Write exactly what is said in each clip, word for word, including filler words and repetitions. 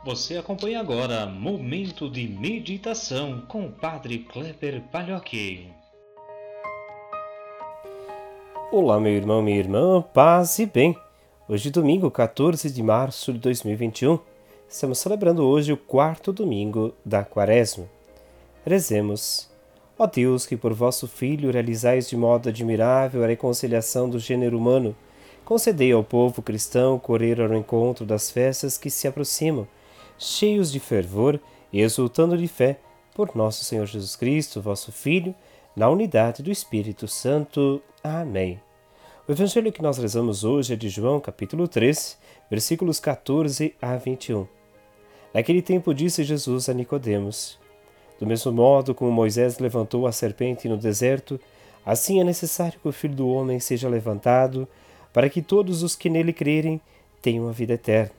Você acompanha agora Momento de Meditação com o Padre Kleber Palhoque. Olá, meu irmão, minha irmã, paz e bem. Hoje, domingo, quatorze de março de dois mil e vinte e um, estamos celebrando hoje o quarto domingo da Quaresma. Rezemos. Ó Deus, que por vosso Filho realizais de modo admirável a reconciliação do gênero humano, concedei ao povo cristão correr ao encontro das festas que se aproximam, cheios de fervor e exultando de fé, por nosso Senhor Jesus Cristo, vosso Filho, na unidade do Espírito Santo. Amém. O evangelho que nós rezamos hoje é de João, capítulo três, versículos catorze a vinte e um. Naquele tempo disse Jesus a Nicodemos: do mesmo modo como Moisés levantou a serpente no deserto, assim é necessário que o Filho do Homem seja levantado, para que todos os que nele crerem tenham a vida eterna.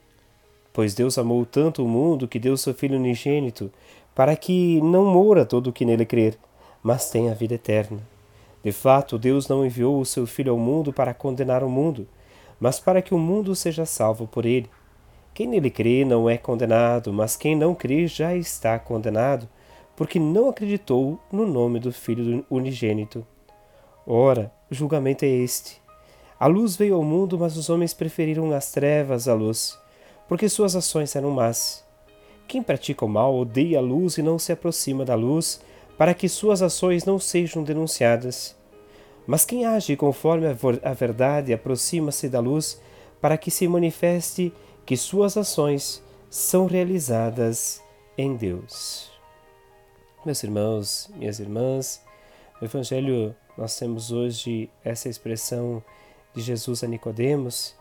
Pois Deus amou tanto o mundo que deu seu Filho unigênito, para que não morra todo o que nele crer, mas tenha a vida eterna. De fato, Deus não enviou o seu Filho ao mundo para condenar o mundo, mas para que o mundo seja salvo por ele. Quem nele crê não é condenado, mas quem não crê já está condenado, porque não acreditou no nome do Filho unigênito. Ora, o julgamento é este. A luz veio ao mundo, mas os homens preferiram as trevas à luz, porque suas ações eram más. Quem pratica o mal odeia a luz e não se aproxima da luz, para que suas ações não sejam denunciadas. Mas quem age conforme a verdade aproxima-se da luz, para que se manifeste que suas ações são realizadas em Deus. Meus irmãos, minhas irmãs, no Evangelho nós temos hoje essa expressão de Jesus a Nicodemos,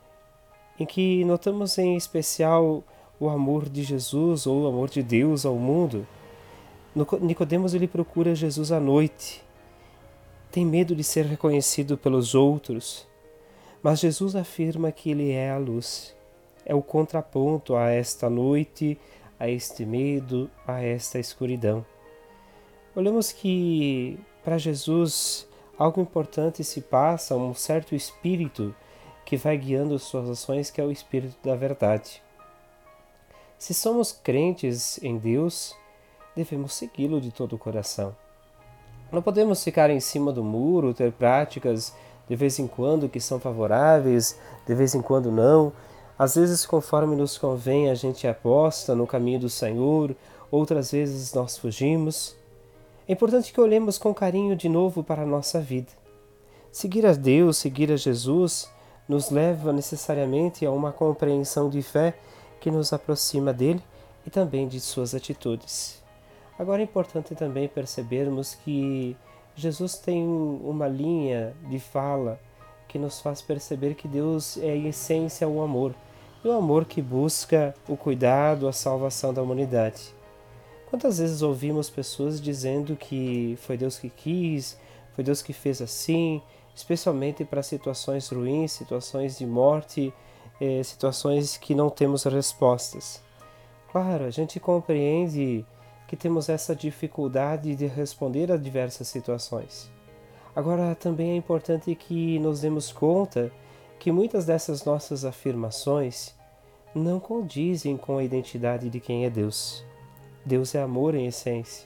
em que notamos em especial o amor de Jesus ou o amor de Deus ao mundo. Nicodemos ele procura Jesus à noite, tem medo de ser reconhecido pelos outros, mas Jesus afirma que ele é a luz. É o contraponto a esta noite, a este medo, a esta escuridão. Olhamos que para Jesus algo importante se passa, um certo espírito que vai guiando suas ações, que é o espírito da verdade. Se somos crentes em Deus, devemos segui-lo de todo o coração. Não podemos ficar em cima do muro, ter práticas de vez em quando que são favoráveis, de vez em quando não. Às vezes, conforme nos convém, a gente aposta no caminho do Senhor, outras vezes nós fugimos. É importante que olhemos com carinho de novo para a nossa vida. Seguir a Deus, seguir a Jesus, nos leva necessariamente a uma compreensão de fé que nos aproxima dele e também de suas atitudes. Agora é importante também percebermos que Jesus tem uma linha de fala que nos faz perceber que Deus é em essência o amor, e o amor que busca o cuidado, a salvação da humanidade. Quantas vezes ouvimos pessoas dizendo que foi Deus que quis, foi Deus que fez assim, especialmente para situações ruins, situações de morte, eh, situações que não temos respostas. Claro, a gente compreende que temos essa dificuldade de responder a diversas situações. Agora, também é importante que nos demos conta que muitas dessas nossas afirmações não condizem com a identidade de quem é Deus. Deus é amor em essência.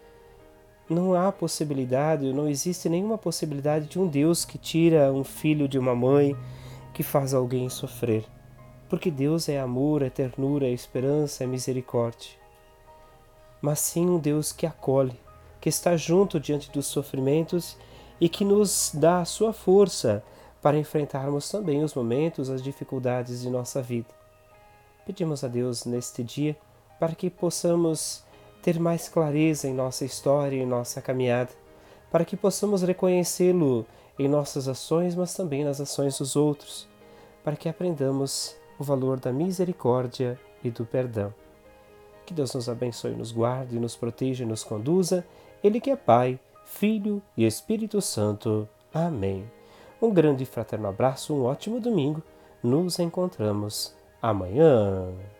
Não há possibilidade, não existe nenhuma possibilidade de um Deus que tira um filho de uma mãe, que faz alguém sofrer. Porque Deus é amor, é ternura, é esperança, é misericórdia. Mas sim um Deus que acolhe, que está junto diante dos sofrimentos e que nos dá a sua força para enfrentarmos também os momentos, as dificuldades de nossa vida. Pedimos a Deus neste dia para que possamos ter mais clareza em nossa história e em nossa caminhada, para que possamos reconhecê-lo em nossas ações, mas também nas ações dos outros, para que aprendamos o valor da misericórdia e do perdão. Que Deus nos abençoe, nos guarde, nos proteja e nos conduza. Ele que é Pai, Filho e Espírito Santo. Amém. Um grande e fraterno abraço, um ótimo domingo. Nos encontramos amanhã.